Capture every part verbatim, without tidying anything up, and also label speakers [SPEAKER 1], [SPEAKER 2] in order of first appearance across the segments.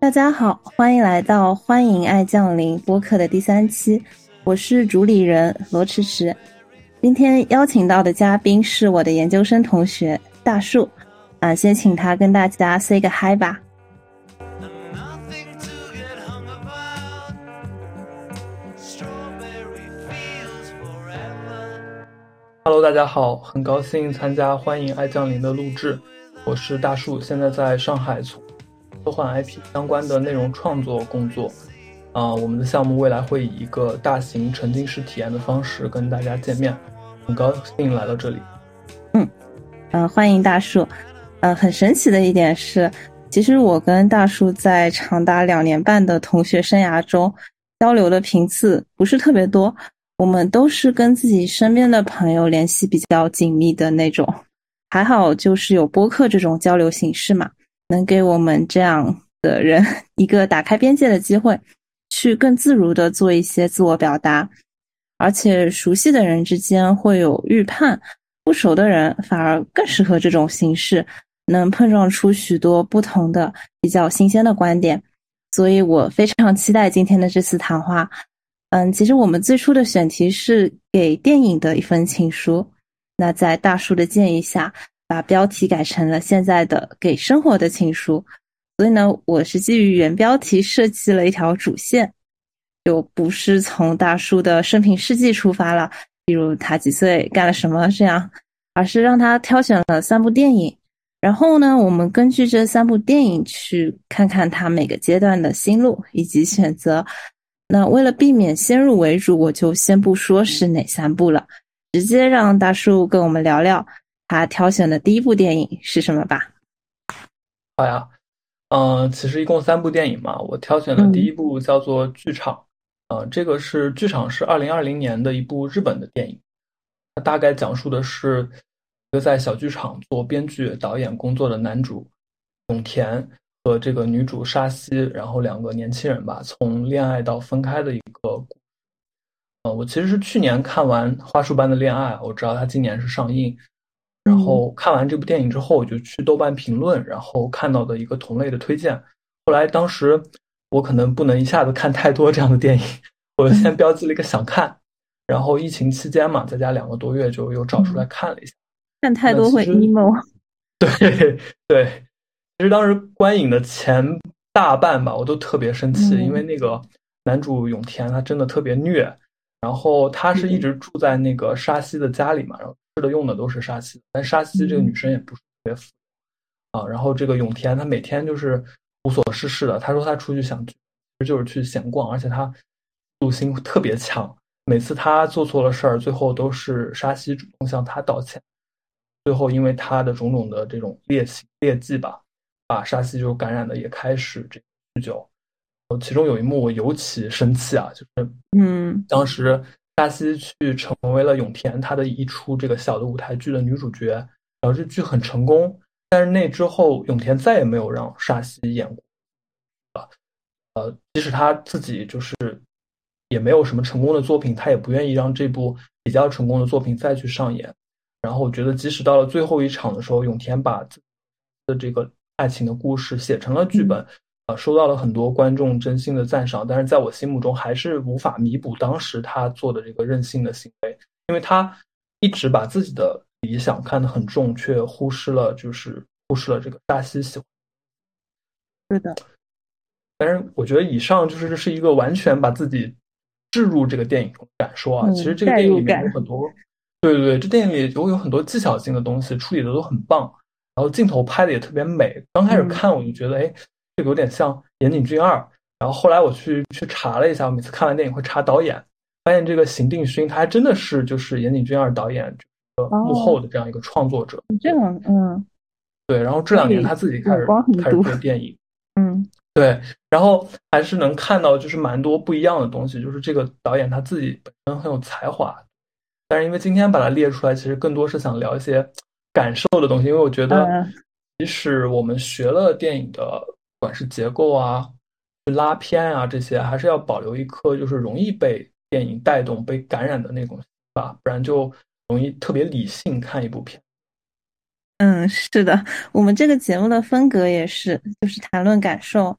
[SPEAKER 1] 大家好，欢迎来到欢迎爱降临播客的第三期，我是主理人罗迟迟。今天邀请到的嘉宾是我的研究生同学大树，啊，先请他跟大家 say 个 hi 吧。
[SPEAKER 2] Hello， 大家好，很高兴参加欢迎爱降临的录制，我是大树，现在在上海从科幻 I P 相关的内容创作工作。啊、呃，我们的项目未来会以一个大型沉浸式体验的方式跟大家见面，很高兴来到这里。
[SPEAKER 1] 嗯，呃，欢迎大树。呃，很神奇的一点是，其实我跟大树在长达两年半的同学生涯中，交流的频次不是特别多。我们都是跟自己身边的朋友联系比较紧密的那种，还好就是有播客这种交流形式嘛，能给我们这样的人一个打开边界的机会，去更自如的做一些自我表达。而且熟悉的人之间会有预判，不熟的人反而更适合这种形式，能碰撞出许多不同的比较新鲜的观点。所以我非常期待今天的这次谈话。嗯，其实我们最初的选题是给电影的一份情书，那在大叔的建议下，把标题改成了现在的给生活的情书。所以呢，我是基于原标题设计了一条主线，就不是从大叔的生平事迹出发了，比如他几岁干了什么这样，而是让他挑选了三部电影，然后呢，我们根据这三部电影去看看他每个阶段的心路以及选择。那为了避免先入为主，我就先不说是哪三部了，直接让大叔跟我们聊聊他挑选的第一部电影是什么吧。
[SPEAKER 2] 好呀，嗯、呃，其实一共三部电影嘛，我挑选的第一部叫做《剧场》，呃，这个是《剧场》是二零二零年的一部日本的电影，它大概讲述的是一个在小剧场做编剧、导演工作的男主永田和这个女主沙希，然后两个年轻人吧，从恋爱到分开的一个故事。呃，我其实是去年看完《花束般的恋爱》，我知道它今年是上映，然后看完这部电影之后，我就去豆瓣评论，然后看到的一个同类的推荐。后来当时我可能不能一下子看太多这样的电影，我就先标记了一个想看，然后疫情期间嘛，在家两个多月就又找出来看了一下。
[SPEAKER 1] 看太多会 emo。
[SPEAKER 2] 对对，其实当时观影的前大半吧，我都特别生气，
[SPEAKER 1] 嗯、
[SPEAKER 2] 因为那个男主永田他真的特别虐，然后他是一直住在那个沙希的家里嘛，然后吃的用的都是沙希，但沙希这个女生也不是特别富啊，然后这个永田他每天就是无所事事的，他说他出去想就是去闲逛，而且他嫉妒心特别强，每次他做错了事儿，最后都是沙希主动向他道歉。最后因为他的种种的这种劣行劣迹吧，把沙希就感染的也开始这个酗酒。其中有一幕我尤其生气啊，就是
[SPEAKER 1] 嗯，
[SPEAKER 2] 当时沙希去成为了永田他的一出这个小的舞台剧的女主角，然后这剧很成功，但是那之后永田再也没有让沙希演过了。呃，即使他自己就是也没有什么成功的作品，他也不愿意让这部比较成功的作品再去上演。然后我觉得，即使到了最后一场的时候，永田把自己的这个爱情的故事写成了剧本，呃，收到了很多观众真心的赞赏，但是在我心目中还是无法弥补当时他做的这个任性的行为，因为他一直把自己的理想看得很重，却忽视了就是忽视了这个沙希喜欢。
[SPEAKER 1] 是的。
[SPEAKER 2] 但是我觉得以上就是这是一个完全把自己置入这个电影中的感受啊。
[SPEAKER 1] 嗯，
[SPEAKER 2] 其实这个电影里面
[SPEAKER 1] 代入感。
[SPEAKER 2] 有很多，对对对，这电影里有有很多技巧性的东西，处理的都很棒，然后镜头拍的也特别美。刚开始看我就觉得，哎、嗯，这个有点像岩井俊二。然后后来我去去查了一下，我每次看完电影会查导演，发现这个邢定勋他还真的是就是岩井俊二导演这个幕后的这样一个创作者。
[SPEAKER 1] 这样，嗯，
[SPEAKER 2] 对，然后这两年他自己开
[SPEAKER 1] 眼
[SPEAKER 2] 始
[SPEAKER 1] 光很毒
[SPEAKER 2] 开始做电影。
[SPEAKER 1] 嗯，
[SPEAKER 2] 对，然后还是能看到就是蛮多不一样的东西，就是这个导演他自己本身很有才华，但是因为今天把它列出来，其实更多是想聊一些感受的东西，因为我觉得即使我们学了电影的不管是结构啊、拉片啊这些，还是要保留一颗就是容易被电影带动、被感染的那种吧，不然就容易特别理性看一部片。
[SPEAKER 1] 嗯，是的，我们这个节目的风格也是，就是谈论感受。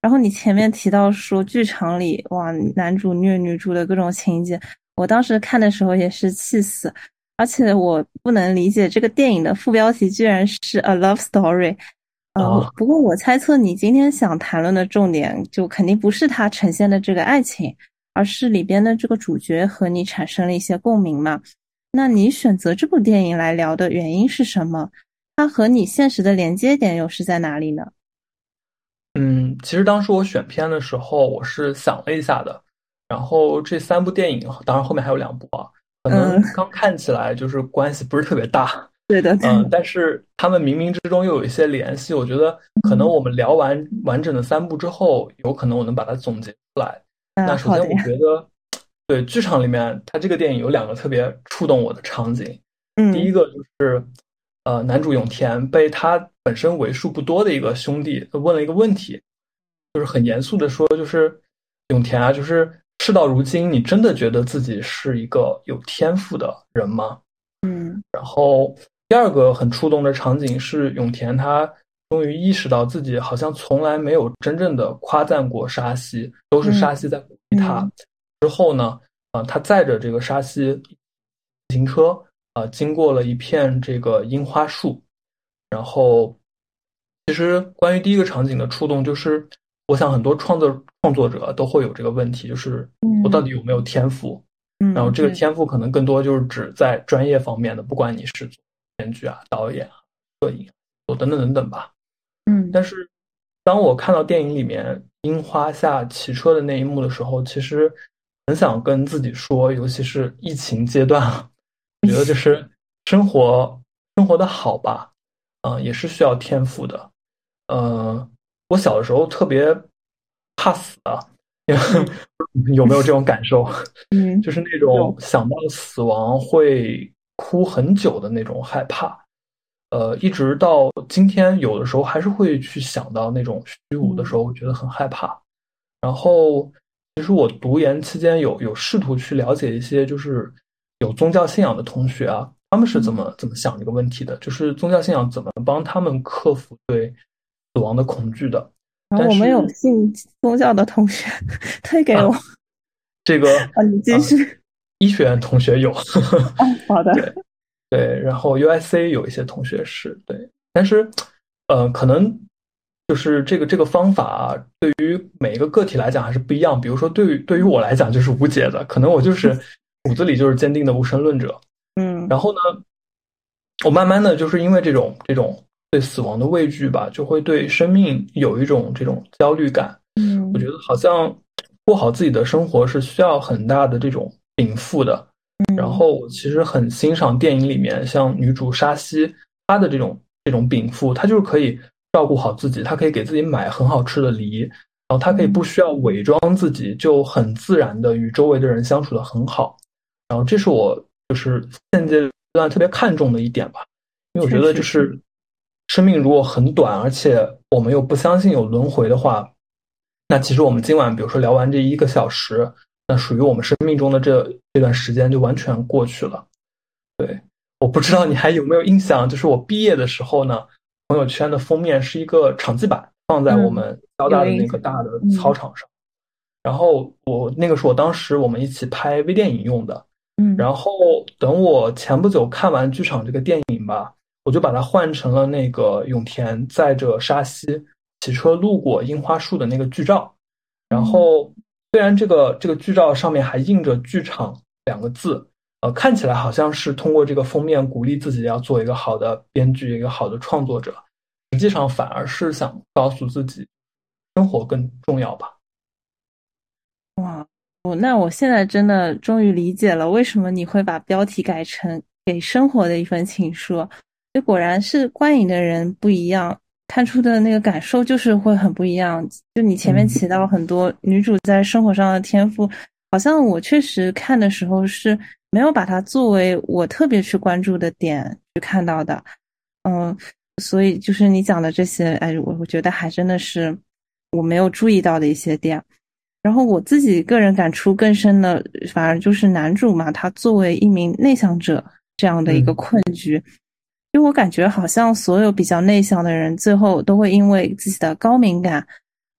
[SPEAKER 1] 然后你前面提到说剧场里哇男主虐女主的各种情节，我当时看的时候也是气死，而且我不能理解这个电影的副标题居然是 A Love Story。呃，
[SPEAKER 2] 啊，
[SPEAKER 1] 不过我猜测你今天想谈论的重点就肯定不是它呈现的这个爱情，而是里边的这个主角和你产生了一些共鸣嘛。那你选择这部电影来聊的原因是什么？它和你现实的连接点又是在哪里呢？
[SPEAKER 2] 嗯，其实当时我选片的时候，我是想了一下的。然后这三部电影，当然后面还有两部啊，可
[SPEAKER 1] 嗯，
[SPEAKER 2] 能刚看起来就是关系不是特别大，
[SPEAKER 1] 对的，对
[SPEAKER 2] 嗯，
[SPEAKER 1] 的。
[SPEAKER 2] 但是他们冥冥之中又有一些联系。我觉得可能
[SPEAKER 1] 嗯，
[SPEAKER 2] 我们聊完完整的三部之后，有可能我能把它总结出来。
[SPEAKER 1] 啊，
[SPEAKER 2] 那首先，
[SPEAKER 1] 好的呀。
[SPEAKER 2] 我觉得对剧场里面，它这个电影有两个特别触动我的场景。第一
[SPEAKER 1] 嗯
[SPEAKER 2] 个就是，呃，男主永田被他本身为数不多的一个兄弟问了一个问题，就是很严肃的说，就是永田啊，就是事到如今，你真的觉得自己是一个有天赋的人吗？
[SPEAKER 1] 嗯
[SPEAKER 2] 然后第二个很触动的场景是永田他终于意识到自己好像从来没有真正的夸赞过沙希，都是
[SPEAKER 1] 嗯
[SPEAKER 2] 沙希在鼓励他。
[SPEAKER 1] 嗯
[SPEAKER 2] 之后呢，啊、他载着这个沙希自行车啊、经过了一片这个樱花树，然后其实关于第一个场景的触动，就是我想很多创作创作者都会有这个问题，就是我到
[SPEAKER 1] 嗯
[SPEAKER 2] 底有没有天赋？然后
[SPEAKER 1] 嗯，
[SPEAKER 2] 这个
[SPEAKER 1] 对。
[SPEAKER 2] 天赋可能更多就是指在专业方面的，不管你是编剧啊、导演啊、摄影等等等等吧。
[SPEAKER 1] 嗯
[SPEAKER 2] 但是当我看到电影里面樱花下骑车的那一幕的时候，其实很想跟自己说，尤其是疫情阶段啊，我觉得就是生活生活的好吧，啊、也是需要天赋的。呃，我小的时候特别怕死啊，
[SPEAKER 1] 嗯
[SPEAKER 2] 有没有这种感受？
[SPEAKER 1] 嗯，
[SPEAKER 2] 就是那种
[SPEAKER 1] 有。
[SPEAKER 2] 想到死亡会哭很久的那种害怕。呃，一直到今天，有的时候还是会去想到那种虚无的时
[SPEAKER 1] 嗯
[SPEAKER 2] 候，我觉得很害怕。然后，其实我读研期间有有试图去了解一些就是有宗教信仰的同学啊，他们是怎
[SPEAKER 1] 嗯，
[SPEAKER 2] 么怎么想这个问题的，就是宗教信仰怎么帮他们克服对死亡的恐惧的。
[SPEAKER 1] 然后我们有
[SPEAKER 2] 但是
[SPEAKER 1] 信宗教的同学推给我。
[SPEAKER 2] 啊，这个
[SPEAKER 1] 啊，你继
[SPEAKER 2] 啊，
[SPEAKER 1] 续。
[SPEAKER 2] 医学院同学有，
[SPEAKER 1] 哦，好的。
[SPEAKER 2] 对。对，然后 U I C 有一些同学是对，但是，呃，可能就是这个这个方法啊对于每一个个体来讲还是不一样。比如说，对于对于我来讲就是无解的，可能我就是骨子里就是坚定的无神论者。
[SPEAKER 1] 嗯
[SPEAKER 2] 然后呢，我慢慢的就是因为这种这种对死亡的畏惧吧，就会对生命有一种这种焦虑感。我觉
[SPEAKER 1] 嗯
[SPEAKER 2] 得好像过好自己的生活是需要很大的这种禀赋的。然
[SPEAKER 1] 嗯
[SPEAKER 2] 后我其实很欣赏电影里面像女主沙希她的这种这种禀赋，她就是可以照顾好自己，她可以给自己买很好吃的梨，然后她可以不
[SPEAKER 1] 嗯，
[SPEAKER 2] 需要伪装自己，就很自然的与周围的人相处的很好。然后这是我就是现阶段特别看重的一点吧，因为我觉
[SPEAKER 1] 确实是。
[SPEAKER 2] 得就是生命如果很短，而且我们又不相信有轮回的话，那其实我们今晚比如说聊完这一个小时，那属于我们生命中的这这段时间就完全过去了。对，我不知道你
[SPEAKER 1] 嗯
[SPEAKER 2] 还有没有印象，就是我毕业的时候呢，朋友圈的封面是一个场记板，放在我
[SPEAKER 1] 嗯，
[SPEAKER 2] 们交大的那
[SPEAKER 1] 有印象。
[SPEAKER 2] 个大的操
[SPEAKER 1] 嗯
[SPEAKER 2] 场上。然后我那个是我当时我们一起拍微电影用的。
[SPEAKER 1] 嗯
[SPEAKER 2] 然后等我前不久看完剧场这个电影吧，我就把它换成了那个永田载着沙希骑车路过樱花树的那个剧照。然
[SPEAKER 1] 嗯
[SPEAKER 2] 后虽然这个这个剧照上面还印着"剧场"两个字，呃，看起来好像是通过这个封面鼓励自己要做一个好的编剧，一个好的创作者，实际上反而是想告诉自己，生活更重要吧。
[SPEAKER 1] 哇，我那我现在真的终于理解了为什么你会把标题改成给生活的一份情书。这果然是观影的人不一样，看出的那个感受就是会很不一样。就你前面
[SPEAKER 2] 嗯
[SPEAKER 1] 提到很多女主在生活上的天赋，好像我确实看的时候是没有把它作为我特别去关注的点去看到的。嗯，所以就是你讲的这些，哎，我我觉得还真的是我没有注意到的一些点。然后我自己个人感触更深的，反而就是男主嘛，他作为一名内向者这样的一个
[SPEAKER 2] 嗯
[SPEAKER 1] 困局。就我感觉好像所有比较内向的人，最后都会因为自己的高敏感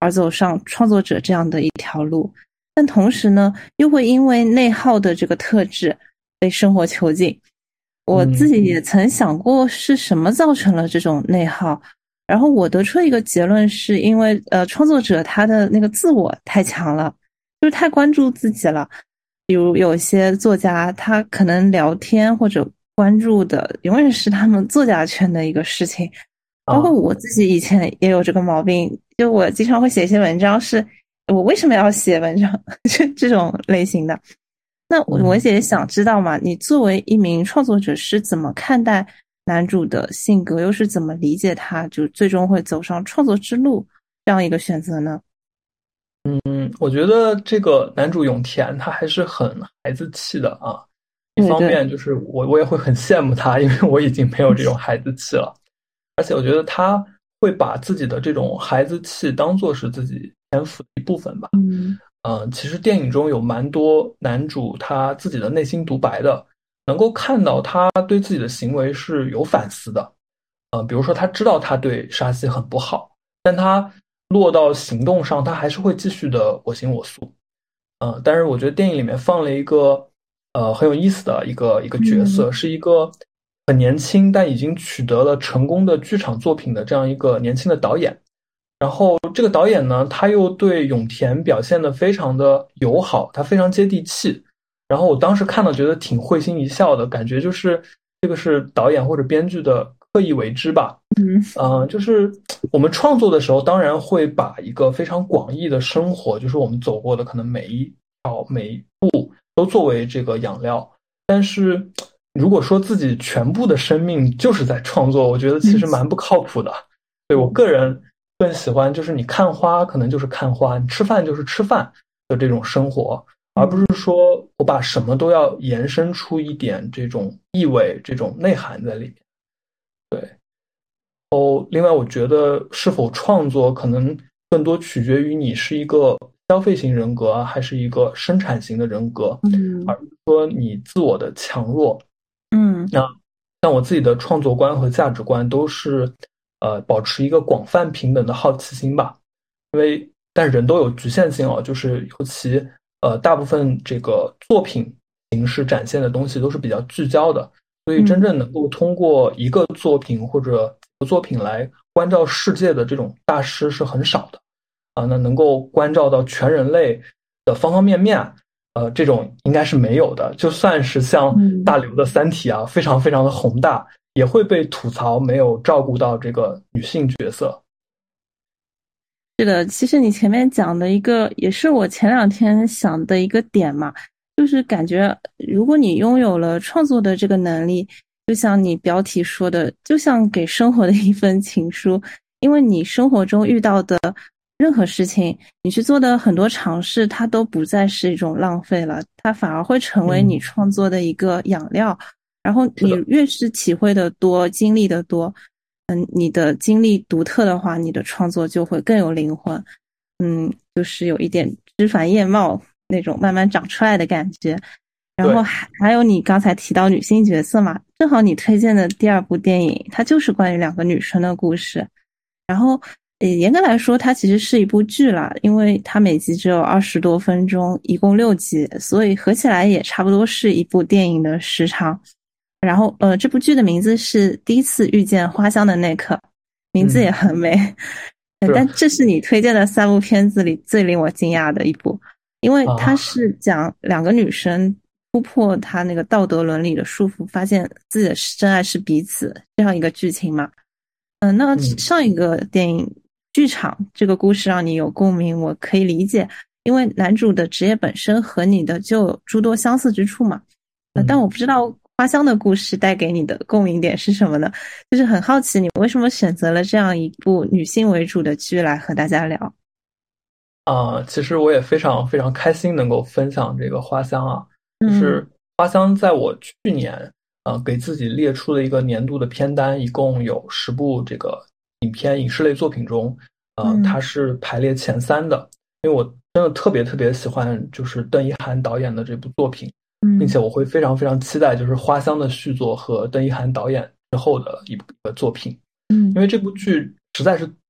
[SPEAKER 1] 而走上创作者这样的一条路，但同时呢，又会因为内耗的这个特质被生活囚禁。我自己也曾想过是什么造成了这种内耗，然后我得出一个结论，是因为呃，创作者他的那个自我太强了，就是太关注自己了。比如有些作家，他可能聊天或者关注的永远是他们作家圈的一个事情，包括我自己以前也有这个毛病，就我经常会写一些文章，是我为什么要写文章这这种类型的。那我也想知道嘛，你作为一名创作者是怎么看待男主的性格，又是怎么理解他就最终会走上创作之路这样一个选择呢？
[SPEAKER 2] 嗯，我觉得这个男主永田他还是很孩子气的啊。一方面就是我我也会很羡慕他，因为我已经没有这种孩子气了。而且我觉得他会把自己的这种孩子气当作是自己天赋的一部分吧。
[SPEAKER 1] 嗯，
[SPEAKER 2] 呃，其实电影中有蛮多男主他自己的内心独白的，能够看到他对自己的行为是有反思的。呃，比如说他知道他对沙希很不好，但他落到行动上，他还是会继续的我行我素。呃，但是我觉得电影里面放了一个呃很有意思的一个一个角色，
[SPEAKER 1] 嗯、
[SPEAKER 2] 是一个很年轻但已经取得了成功的剧场作品的这样一个年轻的导演。然后这个导演呢，他又对永田表现得非常的友好，他非常接地气。然后我当时看了觉得挺会心一笑的，感觉就是这个是导演或者编剧的刻意为之吧。
[SPEAKER 1] 嗯，
[SPEAKER 2] 呃，就是我们创作的时候，当然会把一个非常广义的生活，就是我们走过的可能每一条每一步都作为这个养料。但是如果说自己全部的生命就是在创作，我觉得其实蛮不靠谱的。对我个人更喜欢就是你看花可能就是看花，你吃饭就是吃饭的这种生活，而不是说我把什么都要延伸出一点这种意味、这种内涵在里面。对。哦，另外我觉得是否创作可能更多取决于你是一个消费型人格啊，还是一个生产型的人格，
[SPEAKER 1] 嗯，
[SPEAKER 2] 而不是说你自我的强弱。
[SPEAKER 1] 嗯，
[SPEAKER 2] 那像我自己的创作观和价值观都是呃保持一个广泛平等的好奇心吧。因为但人都有局限性哦，就是尤其呃大部分这个作品形式展现的东西都是比较聚焦的，所以真正能够通过一个作品或者作品来关照世界的这种大师是很少的啊。那能够关照到全人类的方方面面，呃，这种应该是没有的。就算是像大刘的《三体》啊，非常非常的宏大，也会被吐槽没有照顾到这个女性角色。
[SPEAKER 1] 是的，其实你前面讲的一个也是我前两天想的一个点嘛，就是感觉如果你拥有了创作的这个能力，就像你标题说的，就像给生活的一份情书，因为你生活中遇到的任何事情，你去做的很多尝试，它都不再是一种浪费了，它反而会成为你创作的一个养料。嗯、然后你越是体会的多，经历的多，嗯，你的经历独特的话，你的创作就会更有灵魂。嗯，就是有一点枝繁叶茂那种慢慢长出来的感觉。然后还还有你刚才提到女性角色嘛，正好你推荐的第二部电影，它就是关于两个女生的故事。然后，呃，严格来说，它其实是一部剧啦，因为它每集只有二十多分钟，一共六集，所以合起来也差不多是一部电影的时长。然后，呃，这部剧的名字是《第一次遇见花香的那刻》，名字也很美。嗯、但这是你推荐的三部片子里最令我惊讶的一部，因为它是讲两个女生突破她那个道德伦理的束缚，发现自己的真爱是彼此这样一个剧情嘛。嗯、呃，那上一个电影剧场这个故事让你有共鸣，我可以理解，因为男主的职业本身和你的就有诸多相似之处嘛。呃，但我不知道花香的故事带给你的共鸣点是什么呢？就是很好奇你为什么选择了这样一部女性为主的剧来和大家聊。
[SPEAKER 2] 啊、呃，其实我也非常非常开心能够分享这个花香啊，就是花香在我去年呃给自己列出了一个年度的片单，一共有十部这个影片影视类作品中，呃，它是排列前三的，因为我真的特别特别喜欢就是邓一涵导演的这部作品，并且我会非常非常期待就是花香的续作和邓一涵导演之后的一部作品，因为这部剧实在是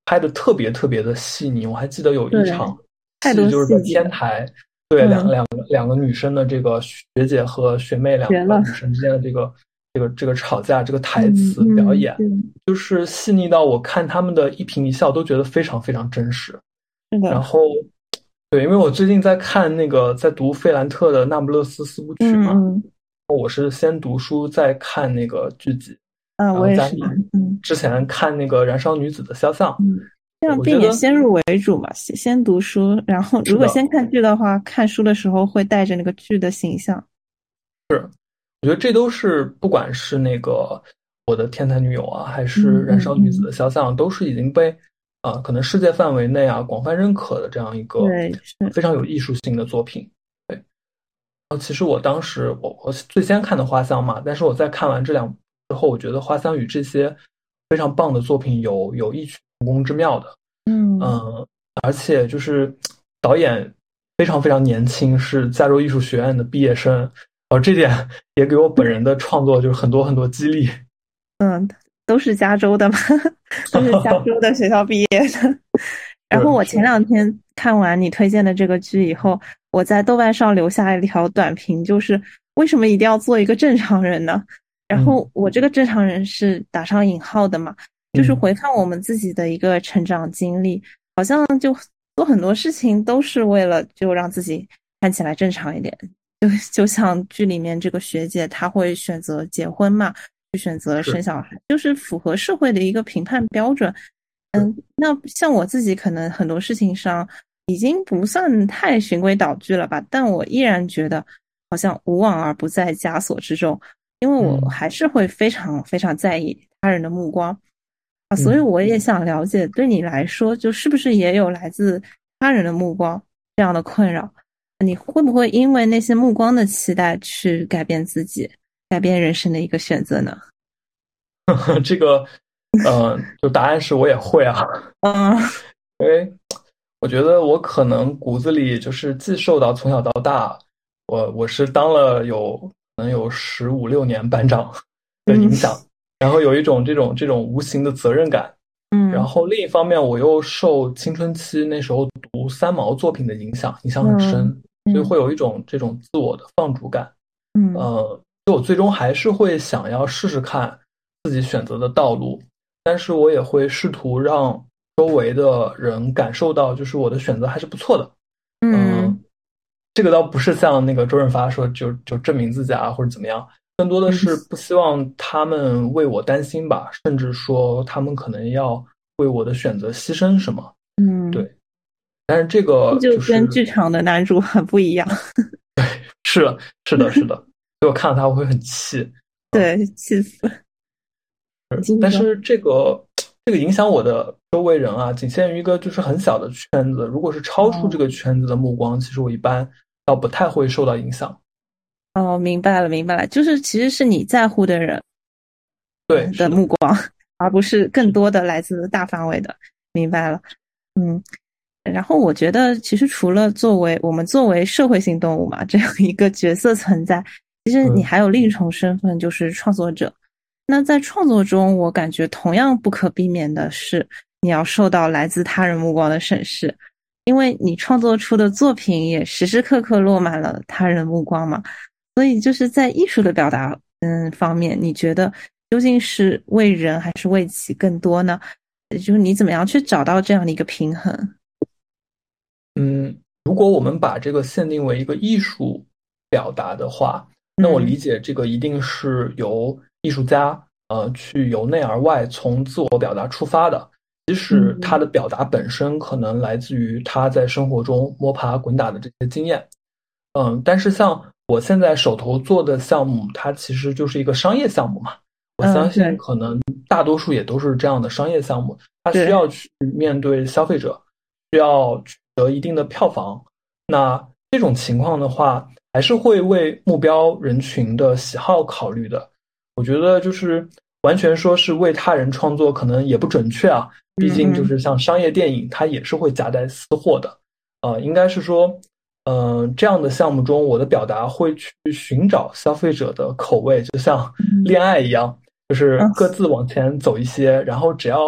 [SPEAKER 2] 拍的特别特别的细腻。我还记得有一场
[SPEAKER 1] 太多
[SPEAKER 2] 戏就是在
[SPEAKER 1] 细节
[SPEAKER 2] 天台，对，
[SPEAKER 1] 嗯、
[SPEAKER 2] 两两个两个女生的这个学姐和学妹两个女生之间的这个这个这个吵架，这个台词表演，
[SPEAKER 1] 嗯嗯、
[SPEAKER 2] 就是细腻到我看他们的一颦一笑都觉得非常非常真实。
[SPEAKER 1] 是的。
[SPEAKER 2] 然后，对，因为我最近在看那个在读费兰特的《那不勒斯四部曲》嘛，
[SPEAKER 1] 嗯、
[SPEAKER 2] 我是先读书再看那个剧集。
[SPEAKER 1] 啊，我也是。
[SPEAKER 2] 嗯，之前看那个《燃烧女子的肖像》，
[SPEAKER 1] 嗯，这样避免先入为主嘛，先先读书，然后如果先看剧的话，看书的时候会带着那个剧的形象。
[SPEAKER 2] 是，我觉得这都是不管是那个我的天才女友啊，还是《燃烧女子的肖像》，嗯嗯嗯，都是已经被啊、呃、可能世界范围内啊广泛认可的这样一个非常有艺术性的作品。对，然后其实我当时我我最先看的花香嘛，但是我在看完这两部之后，我觉得花香与这些非常棒的作品有有异曲同工之妙的。
[SPEAKER 1] 嗯
[SPEAKER 2] 嗯、呃，而且就是导演非常非常年轻，是加州艺术学院的毕业生，而这点也给我本人的创作就是很多很多激励。
[SPEAKER 1] 嗯，都是加州的嘛，都是加州的学校毕业的。然后我前两天看完你推荐的这个剧以后，我在豆瓣上留下一条短评，就是为什么一定要做一个正常人呢？然后我这个正常人是打上引号的嘛，就是回看我们自己的一个成长经历，好像就做很多事情都是为了就让自己看起来正常一点。就就像剧里面这个学姐，她会选择结婚嘛，去选择生小孩，就是符合社会的一个评判标准。嗯，那像我自己可能很多事情上已经不算太循规蹈矩了吧，但我依然觉得好像无往而不在枷锁之中，因为我还是会非常非常在意他人的目光啊，所以我也想了解，对你来说，就是不是也有来自他人的目光这样的困扰？你会不会因为那些目光的期待去改变自己，改变人生的一个选择呢？
[SPEAKER 2] 这个，嗯、呃，就答案是我也会啊。
[SPEAKER 1] 嗯，
[SPEAKER 2] 因为我觉得我可能骨子里就是既受到从小到大，我我是当了有可能有十五六年班长的影响，嗯、然后有一种这种这种无形的责任感。
[SPEAKER 1] 嗯，
[SPEAKER 2] 然后另一方面，我又受青春期那时候读三毛作品的影响，影响很深。嗯所以会有一种这种自我的放逐感，
[SPEAKER 1] 嗯，
[SPEAKER 2] 呃，就我最终还是会想要试试看自己选择的道路，但是我也会试图让周围的人感受到，就是我的选择还是不错的，嗯、呃，这个倒不是像那个周润发说就就证明自己啊或者怎么样，更多的是不希望他们为我担心吧，甚至说他们可能要为我的选择牺牲什么，
[SPEAKER 1] 嗯，
[SPEAKER 2] 对。但是这个
[SPEAKER 1] 就跟剧场的男主很不一样。
[SPEAKER 2] 对，是的，是的，是的。所以我看到他我会很气，
[SPEAKER 1] 对，气死。
[SPEAKER 2] 但是这个这个影响我的周围人啊，仅限于一个就是很小的圈子。如果是超出这个圈子的目光，哦、其实我一般倒不太会受到影响。
[SPEAKER 1] 哦，明白了，明白了，就是其实是你在乎的人
[SPEAKER 2] 对
[SPEAKER 1] 的目光，而不是更多的来自大范围的。明白了，嗯。然后我觉得，其实除了作为我们作为社会性动物嘛，这样一个角色存在，其实你还有另一重身份，就是创作者。那在创作中，我感觉同样不可避免的是，你要受到来自他人目光的审视，因为你创作出的作品也时时刻刻落满了他人目光嘛。所以就是在艺术的表达，嗯方面，你觉得究竟是为人还是为己更多呢？就是你怎么样去找到这样的一个平衡？
[SPEAKER 2] 嗯，如果我们把这个限定为一个艺术表达的话，那我理解这个一定是由艺术家呃去由内而外从自我表达出发的，即使他的表达本身可能来自于他在生活中摸爬滚打的这些经验，嗯，但是像我现在手头做的项目，它其实就是一个商业项目嘛，我相信可能大多数也都是这样的商业项目，它需要去面对消费者，需要取得一定的票房，那这种情况的话，还是会为目标人群的喜好考虑的。我觉得就是完全说是为他人创作，可能也不准确啊。毕竟就是像商业电影，它也是会夹带私货的。呃，应该是说，嗯、呃，这样的项目中，我的表达会去寻找消费者的口味，就像恋爱一样，就是各自往前走一些，然后只要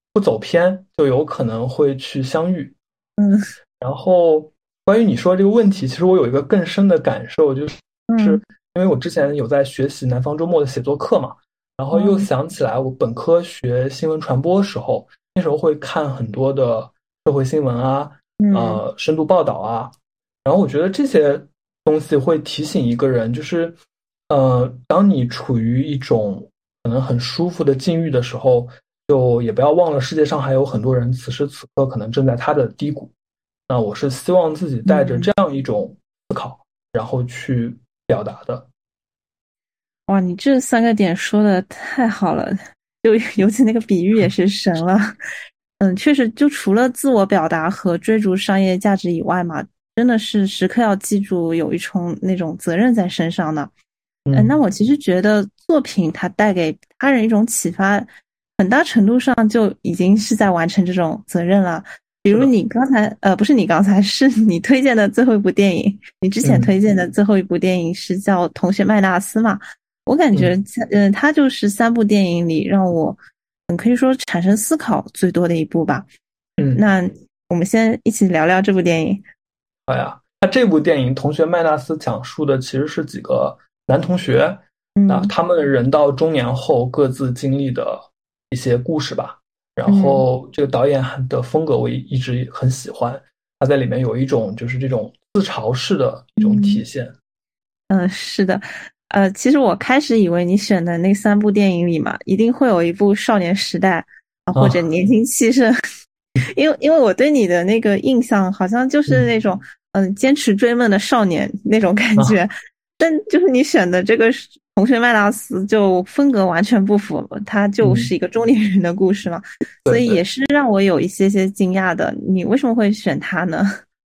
[SPEAKER 2] 不走偏，就有可能会去相遇。
[SPEAKER 1] 嗯
[SPEAKER 2] 然后关于你说这个问题，其实我有一个更深的感受，就是
[SPEAKER 1] 嗯
[SPEAKER 2] 因为我之前有在学习南方周末的写作课嘛，然后又
[SPEAKER 1] 嗯
[SPEAKER 2] 想起来我本科学新闻传播时候，那时候会看很多的社会新闻啊，
[SPEAKER 1] 嗯
[SPEAKER 2] 呃，深度报道啊，然后我觉得这些东西会提醒一个人，就是呃，当你处于一种可能很舒服的境遇的时候，就也不要忘了世界上还有很多人此时此刻可能正在他的低谷。那我是希望自己带着这
[SPEAKER 1] 嗯。
[SPEAKER 2] 样一种思考，然后去表达的。
[SPEAKER 1] 哇，你这三个点说的太好了，就尤其那个比喻也是神了。嗯，确实，就除了自我表达和追逐商业价值以外嘛，真的是时刻要记住有一重那种责任在身上的。嗯，那
[SPEAKER 2] 嗯，
[SPEAKER 1] 我其实觉得作品它带给他人一种启发，很大程度上就已经是在完成这种责任了。比
[SPEAKER 2] 是的。
[SPEAKER 1] 如你刚才，呃，不是你刚才，是你推荐的最后一部电影，你之前
[SPEAKER 2] 嗯
[SPEAKER 1] 推荐的最后一部电影是叫《同学麦纳斯》嘛？我感觉，
[SPEAKER 2] 嗯
[SPEAKER 1] 嗯，它就是三部电影里让我，嗯，可以说产生思考最多的一部吧。
[SPEAKER 2] 嗯，
[SPEAKER 1] 那我们先一起聊聊这部电影。
[SPEAKER 2] 好呀。那这部电影《同学麦纳斯》讲述的其实是几个男同学，那
[SPEAKER 1] 嗯
[SPEAKER 2] 他们人到中年后各自经历的一些故事吧。然
[SPEAKER 1] 嗯
[SPEAKER 2] 后这个导演的风格我一一直很喜欢，他在里面有一种就是这种自嘲式的一种体
[SPEAKER 1] 嗯
[SPEAKER 2] 现。
[SPEAKER 1] 嗯，是的，呃，其实我开始以为你选的那三部电影里嘛，一定会有一部《少年时代》啊，或者
[SPEAKER 2] 啊，
[SPEAKER 1] 《年轻气盛》，因为因为我对你的那个印象好像就是那
[SPEAKER 2] 嗯
[SPEAKER 1] 种嗯坚持追梦的少年那种感
[SPEAKER 2] 啊，
[SPEAKER 1] 觉，但就是你选的这个是同学麦纳斯就风格完全不符，它就是
[SPEAKER 2] 嗯，
[SPEAKER 1] 一个中年人的故事嘛，所
[SPEAKER 2] 对对。
[SPEAKER 1] 以也是让我有一些些惊讶的。你为什么会选它呢？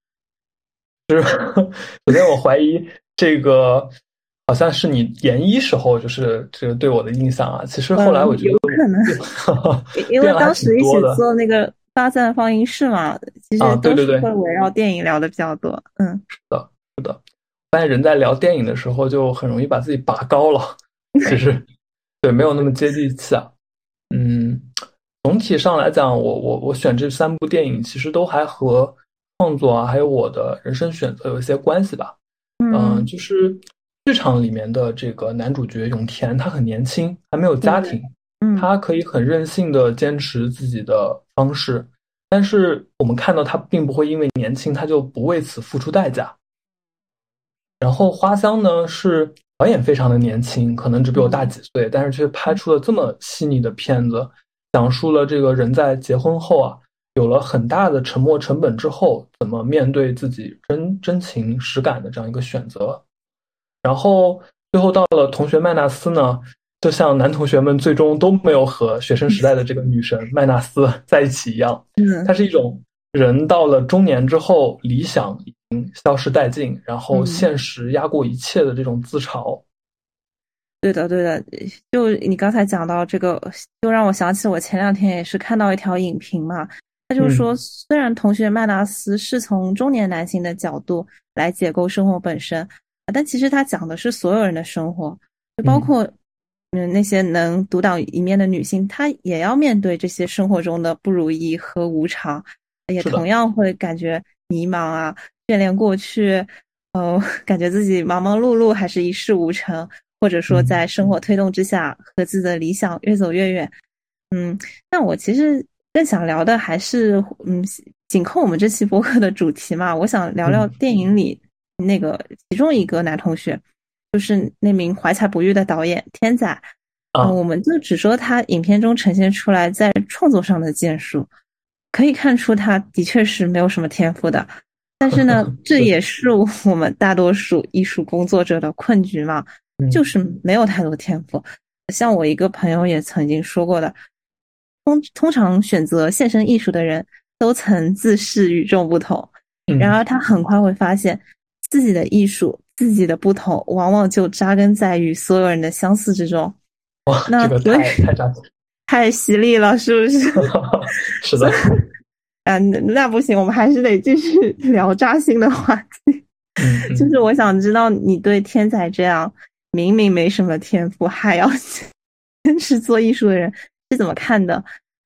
[SPEAKER 2] 首先，我怀疑这个好像是你研一时候就是这个对我的印象啊。其实后来
[SPEAKER 1] 嗯，
[SPEAKER 2] 我觉得
[SPEAKER 1] 有可能。
[SPEAKER 2] 我
[SPEAKER 1] 因为
[SPEAKER 2] 变了还挺
[SPEAKER 1] 当时一起
[SPEAKER 2] 多的
[SPEAKER 1] 做那个八赞放映室嘛，其实
[SPEAKER 2] 啊。对
[SPEAKER 1] 都是会
[SPEAKER 2] 对对，
[SPEAKER 1] 围绕电影聊的比较多。嗯，
[SPEAKER 2] 发现人在聊电影的时候就很容易把自己拔高了，其实对没有那么接地气啊。嗯，总体上来讲，我我我选这三部电影其实都还和创作啊，还有我的人生选择有一些关系吧。嗯，
[SPEAKER 1] 嗯，
[SPEAKER 2] 就是剧场里面的这个男主角永田，他很年轻，还没有
[SPEAKER 1] 对，
[SPEAKER 2] 家庭，
[SPEAKER 1] 嗯，
[SPEAKER 2] 他可以很任性的坚持自己的方式，但是我们看到他并不会因为年轻，他就不为此付出代价。然后花香呢是导演非常的年轻，可能只比我大
[SPEAKER 1] 嗯，
[SPEAKER 2] 几岁，但是却拍出了这么细腻的片子，讲述了这个人在结婚后啊，有了很大的沉没成本之后，怎么面对自己真真情实感的这样一个选择。然后最后到了同学麦纳斯呢，就像男同学们最终都没有和学生时代的这个女神麦纳斯在一起一样，它
[SPEAKER 1] 嗯，
[SPEAKER 2] 是一种人到了中年之后，理想已经消失殆尽，然后
[SPEAKER 1] 嗯，
[SPEAKER 2] 现实压过一切的这种自嘲。
[SPEAKER 1] 对的，对的。就你刚才讲到这个，就让我想起我前两天也是看到一条影评嘛，他就
[SPEAKER 2] 嗯
[SPEAKER 1] 说，虽然同学麦纳斯是从中年男性的角度来解构生活本身，但其实他讲的是所有人的生活，就包
[SPEAKER 2] 嗯，
[SPEAKER 1] 括嗯那些能独当一面的女性，她也要面对这些生活中的不如意和无常，也
[SPEAKER 2] 是的，
[SPEAKER 1] 同样会感觉迷茫啊，眷恋过去，呃，感觉自己忙忙碌碌还是一事无成。或者说
[SPEAKER 2] 嗯
[SPEAKER 1] 在生活推动之下，和自己的理想越走越远。嗯，那我其实更想聊的还是，嗯，紧扣我们这期播客的主题嘛，我想聊聊
[SPEAKER 2] 嗯
[SPEAKER 1] 电影里那个其中一个男同学，就是那名怀才不遇的导演天仔。嗯、
[SPEAKER 2] 啊，
[SPEAKER 1] 我们就只说他影片中呈现出来在创作上的建树，可以看出他的确是没有什么天赋的。但是呢，这
[SPEAKER 2] 是，
[SPEAKER 1] 也是我们大多数艺术工作者的困局嘛。就
[SPEAKER 2] 嗯
[SPEAKER 1] 是没有太多天赋。像我一个朋友也曾经说过的，通通常选择献身艺术的人都曾自视与众不同，然
[SPEAKER 2] 嗯，
[SPEAKER 1] 而他很快会发现自己的艺术、自己的不同，往往就扎根在与所有人的相似之中。
[SPEAKER 2] 哇，这个
[SPEAKER 1] 那所以
[SPEAKER 2] 太太扎心，
[SPEAKER 1] 太犀利了，是不是？
[SPEAKER 2] 是
[SPEAKER 1] 所以
[SPEAKER 2] 的，
[SPEAKER 1] 啊，那那不行，我们还是得继续聊扎心的话题。
[SPEAKER 2] 嗯嗯。
[SPEAKER 1] 就是我想知道你对天才这样明明没什么天赋，还要坚持做艺术的人是怎么看的？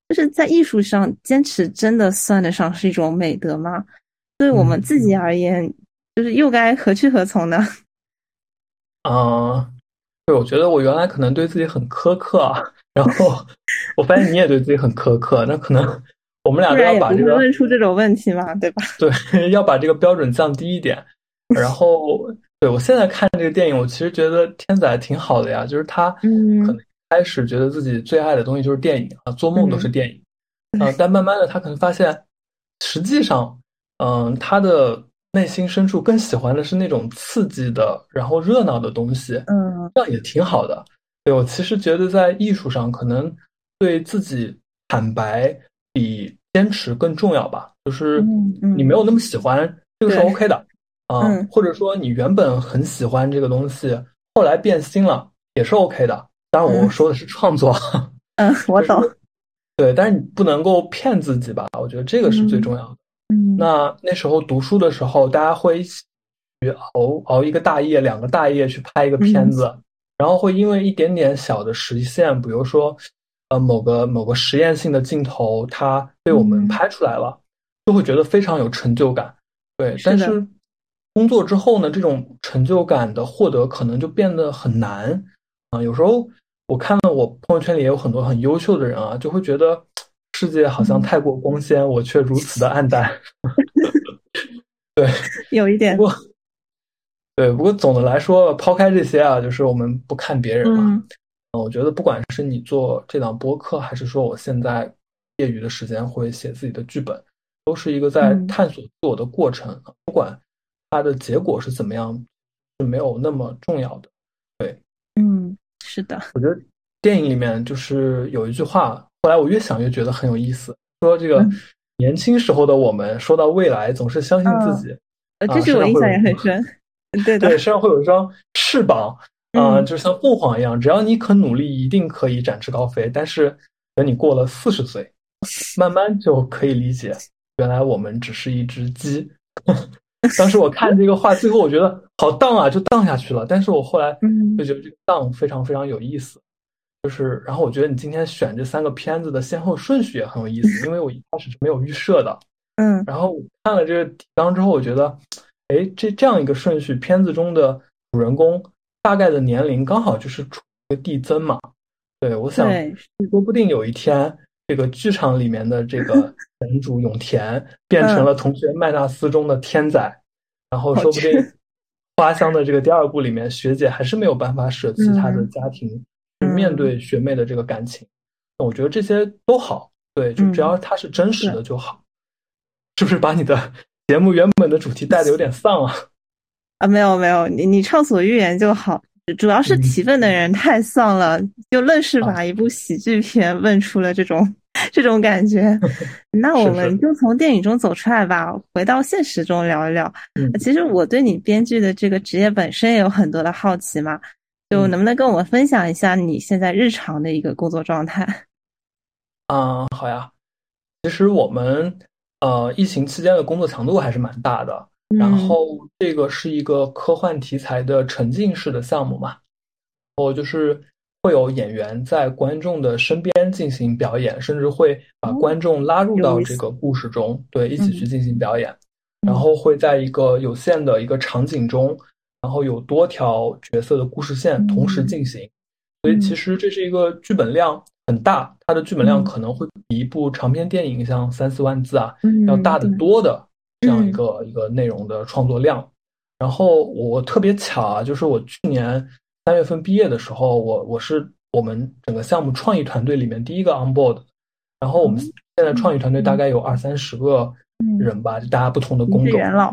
[SPEAKER 1] 就是在艺术上坚持真的算得上是一种美德吗？对我们自己而言，嗯、就是又该何去何从呢？
[SPEAKER 2] 啊、呃，对，我觉得我原来可能对自己很苛刻啊，然后我发现你也对自己很苛刻，那可能我们俩都要
[SPEAKER 1] 不然也不会
[SPEAKER 2] 把这个
[SPEAKER 1] 问出这种问题嘛，对吧？
[SPEAKER 2] 对，要把这个标准降低一点。然后，对，我现在看这个电影，我其实觉得天仔挺好的呀，就是他可
[SPEAKER 1] 嗯
[SPEAKER 2] 能开始觉得自己最爱的东西就是电影啊，做梦都是
[SPEAKER 1] 嗯，
[SPEAKER 2] 电影，呃，但慢慢的他可能发现，实际上，嗯、他的内心深处更喜欢的是那种刺激的，然后热闹的东西，
[SPEAKER 1] 嗯
[SPEAKER 2] 这样也挺好的。对，我其实觉得在艺术上，可能对自己坦白比坚持更重要吧。就是
[SPEAKER 1] 嗯嗯，
[SPEAKER 2] 你没有那么喜欢，这个是
[SPEAKER 1] 对，
[SPEAKER 2] OK 的啊，
[SPEAKER 1] 嗯
[SPEAKER 2] 或者说你原本很喜欢这个东西，后来变心了，也是 OK 的。当然，我
[SPEAKER 1] 嗯
[SPEAKER 2] 说的是创作，
[SPEAKER 1] 嗯，我懂。
[SPEAKER 2] 对，但是你不能够骗自己吧？我觉得这个是最
[SPEAKER 1] 嗯
[SPEAKER 2] 重要的。
[SPEAKER 1] 嗯
[SPEAKER 2] 那那时候读书的时候，大家会一起去熬熬一个大夜、两个大夜去拍一个片
[SPEAKER 1] 嗯
[SPEAKER 2] 子，然后会因为一点点小的实现，比如说，呃，某个某个实验性的镜头，它被我们
[SPEAKER 1] 嗯，
[SPEAKER 2] 拍出来了，就会觉得非常有成就感。对，
[SPEAKER 1] 是的，
[SPEAKER 2] 但是工作之后呢，这种成就感的获得可能就变得很难啊。有时候我看到我朋友圈里也有很多很优秀的人啊，就会觉得世界好像
[SPEAKER 1] 嗯，
[SPEAKER 2] 太过光鲜，我却如此的黯淡。对，
[SPEAKER 1] 有一点，
[SPEAKER 2] 不过对，不过总的来说，抛开这些啊，就是我们不看别人嘛。
[SPEAKER 1] 嗯
[SPEAKER 2] 呃我觉得不管是你做这档播客，还是说我现在业余的时间会写自己的剧本，都是一个在
[SPEAKER 1] 嗯
[SPEAKER 2] 探索自我的过程。不管它的结果是怎么样，是没有那么重要的。对，
[SPEAKER 1] 嗯，是的，
[SPEAKER 2] 我觉得电影里面就是有一句话，后来我越想越觉得很有意思，说这个
[SPEAKER 1] 嗯
[SPEAKER 2] 年轻时候的我们，说到未来总是相信自
[SPEAKER 1] 嗯，
[SPEAKER 2] 己
[SPEAKER 1] 呃，这
[SPEAKER 2] 啊，
[SPEAKER 1] 句我印象
[SPEAKER 2] 身上会有
[SPEAKER 1] 也很深。对的，
[SPEAKER 2] 对，身上会有一双翅膀，啊、呃
[SPEAKER 1] 嗯
[SPEAKER 2] 就像凤凰一样，只要你肯努力，一定可以展翅高飞。但是等你过了四十岁，慢慢就可以理解，原来我们只是一只鸡。当时我看这个话，最后我觉得好荡啊，就荡下去了。但是我后来就
[SPEAKER 1] 嗯
[SPEAKER 2] 觉得这个荡非常非常有意思，就是然后我觉得你今天选这三个片子的先后顺序也很有意思，因为我一开始是没有预设的。
[SPEAKER 1] 嗯
[SPEAKER 2] 然后看了这个提纲之后，我觉得，哎，这这样一个顺序，片子中的主人公大概的年龄刚好就是处于一个递增嘛。对，我想，
[SPEAKER 1] 对，
[SPEAKER 2] 说不定有一天，这个剧场里面的这个男主永田变成
[SPEAKER 1] 嗯，
[SPEAKER 2] 了同学麦纳斯中的天仔，然后
[SPEAKER 1] 好吃，
[SPEAKER 2] 说不定花香的这个第二部里面，学姐还是没有办法舍弃她的
[SPEAKER 1] 嗯
[SPEAKER 2] 家庭，去面
[SPEAKER 1] 嗯
[SPEAKER 2] 对学妹的这个感情。我觉得这些都好，对，就只
[SPEAKER 1] 嗯，
[SPEAKER 2] 要它是真实
[SPEAKER 1] 对
[SPEAKER 2] 的就好。是不是把你的节目原本的主题带的有点丧啊？
[SPEAKER 1] 啊，没有没有，你你畅所欲言就好。主要是
[SPEAKER 2] 嗯
[SPEAKER 1] 提问的人太丧了，就愣是
[SPEAKER 2] 啊，
[SPEAKER 1] 把一部喜剧片问出了这种这种感觉。那我
[SPEAKER 2] 是是，
[SPEAKER 1] 们就从电影中走出来吧，回到现实中聊一聊。
[SPEAKER 2] 嗯
[SPEAKER 1] 其实我对你编剧的这个职业本身也有很多的好奇嘛，就
[SPEAKER 2] 嗯
[SPEAKER 1] 能不能跟我们分享一下你现在日常的一个工作状态？
[SPEAKER 2] 啊，好呀。其实我们呃疫情期间的工作强度还是蛮大的，然
[SPEAKER 1] 嗯
[SPEAKER 2] 后这个是一个科幻题材的沉浸式的项目嘛，我就是会有演员在观众的身边进行表演，甚至会把
[SPEAKER 1] 哦，
[SPEAKER 2] 观众拉入
[SPEAKER 1] 有意思。
[SPEAKER 2] 到这个故事中，对，一起去
[SPEAKER 1] 嗯
[SPEAKER 2] 进行表演。然
[SPEAKER 1] 嗯
[SPEAKER 2] 后会在一个有限的一个场景中，然后有多条角色的故事线同时
[SPEAKER 1] 嗯
[SPEAKER 2] 进行，所以其
[SPEAKER 1] 嗯
[SPEAKER 2] 实这是一个剧本量很大，它的剧本量
[SPEAKER 1] 嗯
[SPEAKER 2] 可能会比一部长篇电影像三四万字啊要
[SPEAKER 1] 嗯，
[SPEAKER 2] 大得
[SPEAKER 1] 对，
[SPEAKER 2] 多的这样一
[SPEAKER 1] 嗯
[SPEAKER 2] 个一个内容的创作量。然后我特别巧啊，就是我去年三月份毕业的时候，我我是我们整个项目创意团队里面第一个 on board。然后我们
[SPEAKER 1] 哦，
[SPEAKER 2] 现在创意团队大
[SPEAKER 1] 嗯
[SPEAKER 2] 概有二三十个
[SPEAKER 1] 嗯，
[SPEAKER 2] 人吧，就大家不同的
[SPEAKER 1] 你是
[SPEAKER 2] 工种。
[SPEAKER 1] 元老。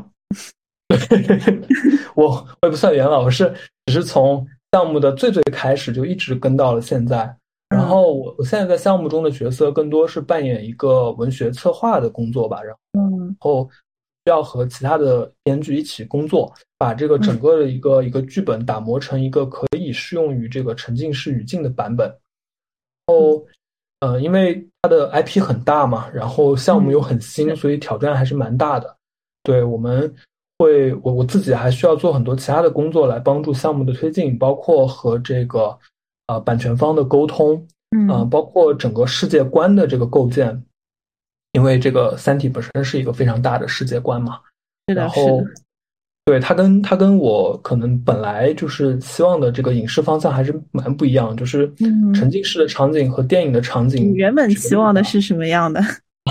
[SPEAKER 2] 我我也不算元老，我是只是从项目的最最开始就一直跟到了现在。然
[SPEAKER 1] 嗯
[SPEAKER 2] 后我我现在在项目中的角色更多是扮演一个文学策划的工作吧，然
[SPEAKER 1] 嗯
[SPEAKER 2] 后要和其他的编剧一起工作，把这个整
[SPEAKER 1] 嗯
[SPEAKER 2] 个的一个一个剧本打磨成一个可以适用于这个沉浸式语境的版本。
[SPEAKER 1] 嗯
[SPEAKER 2] 呃，因为它的 I P 很大嘛，然后项目又
[SPEAKER 1] 嗯，
[SPEAKER 2] 很新，
[SPEAKER 1] 是，
[SPEAKER 2] 所以挑战还是蛮大的。对，我们会，我我自己还需要做很多其他的工作来帮助项目的推进，包括和这个呃版权方的沟通， 呃，
[SPEAKER 1] 嗯，
[SPEAKER 2] 包括整个世界观的这个构建，因为这个《三体》本身是一个非常大的世界观嘛。
[SPEAKER 1] 是的，是的。
[SPEAKER 2] 然后对它跟它跟我可能本来就是希望的这个影视方向还是蛮不一样，就是
[SPEAKER 1] 嗯，
[SPEAKER 2] 沉浸式的场景和电影的场景
[SPEAKER 1] 你原本期
[SPEAKER 2] 绝对不一样。
[SPEAKER 1] 望的是什么样的？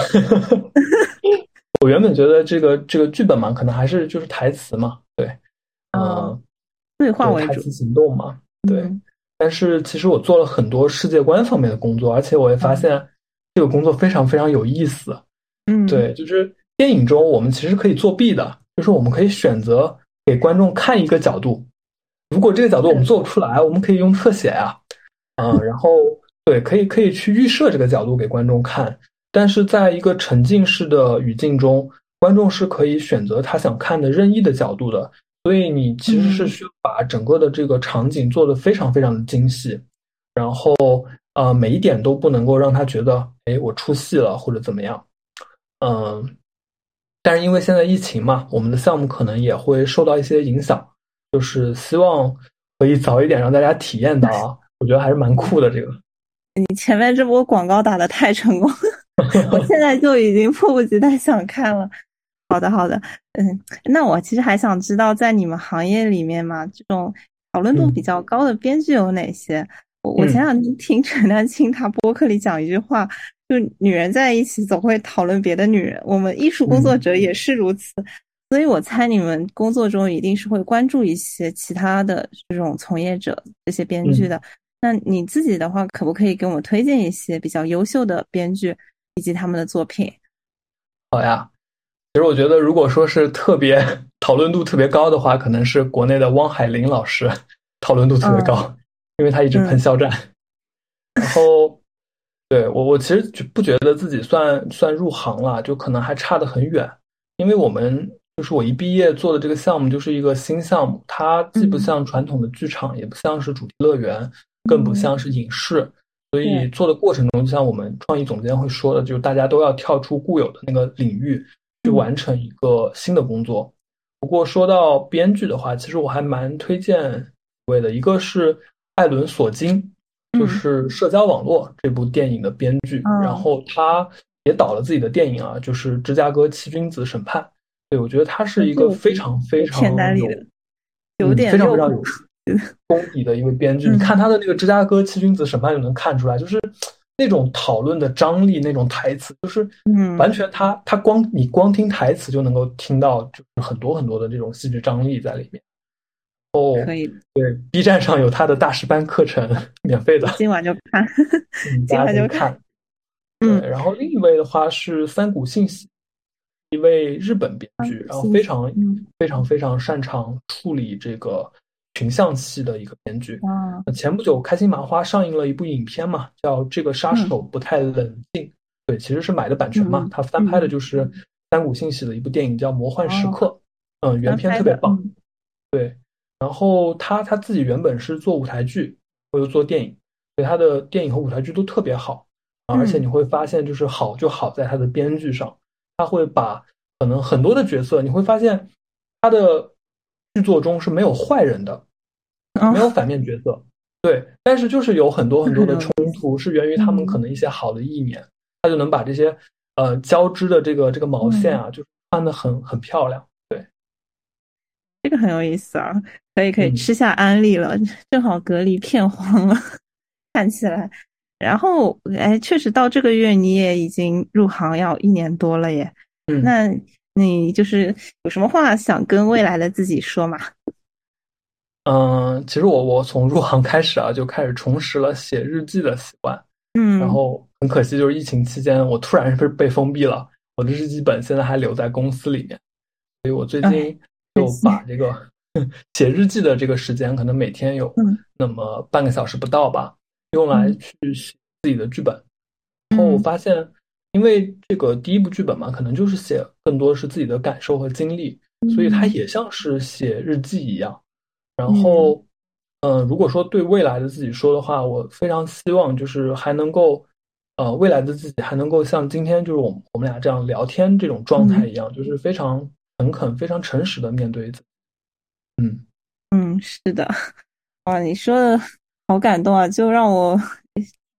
[SPEAKER 2] 我原本觉得这个这个剧本嘛，可能还是就是台词嘛，对，
[SPEAKER 1] 嗯，
[SPEAKER 2] 嗯、
[SPEAKER 1] 对话
[SPEAKER 2] 对，
[SPEAKER 1] 为主。
[SPEAKER 2] 台词行动嘛，对。
[SPEAKER 1] 嗯
[SPEAKER 2] 但是其实我做了很多世界观方面的工作，而且我也发
[SPEAKER 1] 嗯
[SPEAKER 2] 现这个工作非常非常有意思。
[SPEAKER 1] 嗯，
[SPEAKER 2] 对，就是电影中我们其实可以作弊的，就是我们可以选择给观众看一个角度，如果这个角度我们做不出来，我们可以用特写啊，嗯，然后对，可以可以去预设这个角度给观众看，但是在一个沉浸式的语境中，观众是可以选择他想看的任意的角度的，所以你其实是
[SPEAKER 1] 嗯
[SPEAKER 2] 需要把整个的这个场景做得非常非常的精细，然后呃每一点都不能够让他觉得，哎，我出戏了或者怎么样，嗯，但是因为现在疫情嘛，我们的项目可能也会受到一些影响，就是希望可以早一点让大家体验到啊，我觉得还是蛮酷的这个。
[SPEAKER 1] 你前面这波广告打得太成功了，我现在就已经迫不及待想看了。好的，好的。嗯，那我其实还想知道，在你们行业里面嘛，这种讨论度比
[SPEAKER 2] 嗯
[SPEAKER 1] 较高的编剧有哪些？我我前
[SPEAKER 2] 嗯
[SPEAKER 1] 两天听陈丹青他播客里讲一句话，就女人在一起总会讨论别的女人，我们艺术工作
[SPEAKER 2] 嗯
[SPEAKER 1] 者也是如此。所以我猜你们工作中一定是会关注一些其他的这种从业者、这些编剧
[SPEAKER 2] 嗯，
[SPEAKER 1] 的。那你自己的话，可不可以给我们推荐一些比较优秀的编剧以及他们的作品？
[SPEAKER 2] 好呀。其实我觉得，如果说是特别讨论度特别高的话，可能是国内的汪海林老师讨论度特别
[SPEAKER 1] 嗯
[SPEAKER 2] 高，因为他一直喷
[SPEAKER 1] 嗯
[SPEAKER 2] 肖战。然后对，我我其实就不觉得自己算算入行了，就可能还差得很远，因为我们就是我一毕业做的这个项目就是一个新项目，它既不
[SPEAKER 1] 嗯
[SPEAKER 2] 像传统的剧场，也不像是主题乐园，更不
[SPEAKER 1] 嗯，
[SPEAKER 2] 像是影视，所以
[SPEAKER 1] 对，
[SPEAKER 2] 做的过程中，就像我们创意总监会说的，就是大家都要跳出固有的那个领域，去
[SPEAKER 1] 嗯
[SPEAKER 2] 完成一个新的工作。不过说到编剧的话，其实我还蛮推荐几位的，一个是艾伦·索金。就
[SPEAKER 1] 嗯
[SPEAKER 2] 是《社交网络》这部电影的编剧，然
[SPEAKER 1] 嗯，
[SPEAKER 2] 后他也导了自己的电影啊，就是《芝加哥七君子审判》。对，我觉得他是一个
[SPEAKER 1] 这个
[SPEAKER 2] 非常非
[SPEAKER 1] 有片单
[SPEAKER 2] 常有，
[SPEAKER 1] 里的，有
[SPEAKER 2] 嗯，非
[SPEAKER 1] 点六部。
[SPEAKER 2] 常非常有功底的一位编剧。你看
[SPEAKER 1] 嗯
[SPEAKER 2] 他的那个《芝加哥七君子审判》就能看出来，就是那种讨论的张力，那种台词，就是完
[SPEAKER 1] 嗯，
[SPEAKER 2] 全他他光你光听台词就能够听到，就是很多很多的这种戏剧张力在里面。
[SPEAKER 1] 可以，
[SPEAKER 2] 对，B 站上有他的大师班课程，免费的，
[SPEAKER 1] 我今晚就看，
[SPEAKER 2] 嗯，大家
[SPEAKER 1] 今晚就看。
[SPEAKER 2] 可以看。对，
[SPEAKER 1] 嗯，
[SPEAKER 2] 然后另一位的话是三谷幸喜，一位日本编剧，然后
[SPEAKER 1] 信息，
[SPEAKER 2] 非常
[SPEAKER 1] 嗯
[SPEAKER 2] 非常非常擅长处理这个群像戏的一个编剧。
[SPEAKER 1] 啊
[SPEAKER 2] 那前不久开心麻花上映了一部影片嘛，叫《这个杀
[SPEAKER 1] 嗯
[SPEAKER 2] 手不太冷静》，对，其实是买的版权嘛，
[SPEAKER 1] 嗯嗯
[SPEAKER 2] 他翻拍的
[SPEAKER 1] 嗯
[SPEAKER 2] 就是三谷幸喜的一部电影叫《魔幻时
[SPEAKER 1] 哦，
[SPEAKER 2] 刻》，嗯，原
[SPEAKER 1] 翻拍的，
[SPEAKER 2] 片特别棒。
[SPEAKER 1] 嗯
[SPEAKER 2] 对，然后他他自己原本是做舞台剧，或者做电影，所以他的电影和舞台剧都特别好。而且你
[SPEAKER 1] 嗯
[SPEAKER 2] 会发现，就是好就好在他的编剧上，他会把可能很多的角色，你会发现他的剧作中是没有坏人的，没有
[SPEAKER 1] 哦，
[SPEAKER 2] 反面角色，对，但是就是有很多很多的冲
[SPEAKER 1] 很有意思。
[SPEAKER 2] 突，是源于他们可
[SPEAKER 1] 嗯
[SPEAKER 2] 能一些好的意念，他就能把这些呃交织的这个这个毛线
[SPEAKER 1] 嗯，
[SPEAKER 2] 啊，就穿的很很漂亮，对，
[SPEAKER 1] 这个很有意思啊，可以可以
[SPEAKER 2] 嗯
[SPEAKER 1] 吃下安利了，正好隔离片荒了，看起来。然后，哎，确实到这个月你也已经入行要一年多了耶。
[SPEAKER 2] 嗯。
[SPEAKER 1] 那你就是有什么话想跟未来的自己说嘛？
[SPEAKER 2] 嗯，其实我我从入行开始啊，就开始重拾了写日记的习惯。然
[SPEAKER 1] 嗯，
[SPEAKER 2] 后很可惜，就是疫情期间，我突然是被封闭了，我的日记本现在还留在公司里面。所以我最
[SPEAKER 1] 哎，
[SPEAKER 2] 近就
[SPEAKER 1] 可惜。
[SPEAKER 2] 把这个写日记的这个时间，可能每天有
[SPEAKER 1] 嗯
[SPEAKER 2] 那么半个小时不到吧，用来
[SPEAKER 1] 嗯
[SPEAKER 2] 去写自己的剧本。然后我
[SPEAKER 1] 嗯
[SPEAKER 2] 发现，因为这个第一部剧本嘛，可能就是写更多是自己的感受和经历，所以它
[SPEAKER 1] 嗯
[SPEAKER 2] 也像是写日记一样。然
[SPEAKER 1] 嗯
[SPEAKER 2] 后，嗯、呃如果说对未来的自己说的话，我非常希望就是还能够，呃，未来的自己还能够像今天就是我们我们俩这样聊天这种状态
[SPEAKER 1] 嗯
[SPEAKER 2] 一样，就是非常诚恳、非常诚实的面对自己。嗯
[SPEAKER 1] 嗯，是的。哇，你说的好感动啊，就让我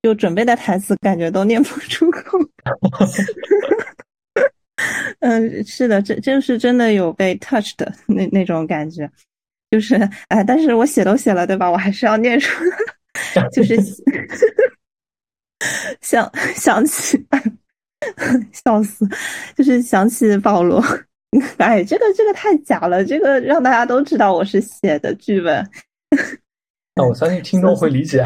[SPEAKER 1] 就准备的台词感觉都念不出口。嗯，是的，这这是真的有被 touch 的那那种感觉，就是哎，但是我写都写了，对吧？我还是要念出来，就是想想起，笑死，就是想起保罗。哎，这个这个太假了，这个让大家都知道我是写的剧本。
[SPEAKER 2] 那我相信听众会理解。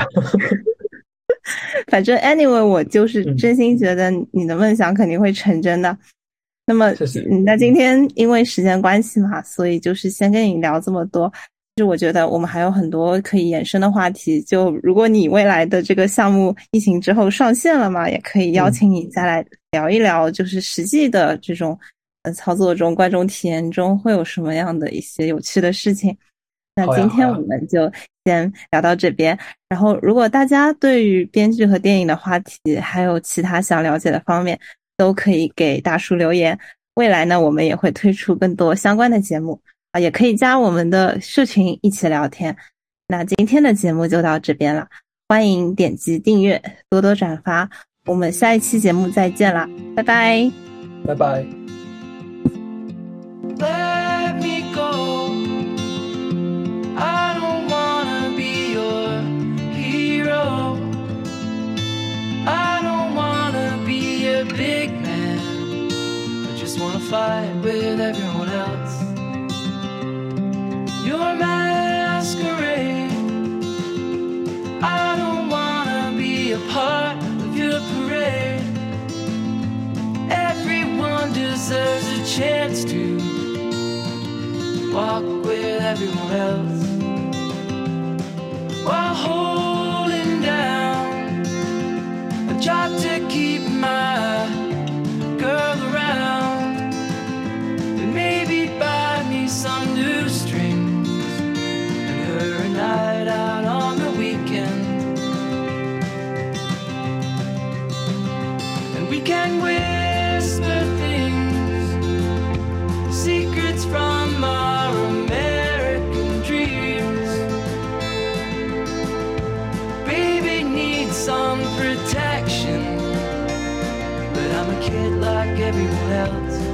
[SPEAKER 1] 反正 anyway， 我就是真心觉得你的梦想肯定会成真的。嗯、那么，
[SPEAKER 2] 谢谢。
[SPEAKER 1] 那今天因为时间关系嘛，所以就是先跟你聊这么多。就我觉得我们还有很多可以延伸的话题。就如果你未来的这个项目疫情之后上线了嘛，也可以邀请你再来聊一聊，就是实际的这种呃操作中、观众体验中会有什么样的一些有趣的事情。那今天我们就先聊到这边。然后，如果大家对于编剧和电影的话题，还有其他想了解的方面，都可以给大叔留言。未来呢，我们也会推出更多相关的节目啊，也可以加我们的社群一起聊天。那今天的节目就到这边了，欢迎点击订阅，多多转发。我们下一期节目再见啦，拜拜，
[SPEAKER 2] 拜拜。
[SPEAKER 3] I don't wanna be your hero. I don't wanna be a big man. I just wanna fight with everyone else. Your masquerade. I don't wanna be a part of your parade. Everyone deserves a chance to walk with everyone else while holding down a job to keep my girl around, and maybe buy me some new strings and her a night out on the weekend, and we can whisper things, secrets from our American dreams. Baby needs some protection, but I'm a kid like everyone else.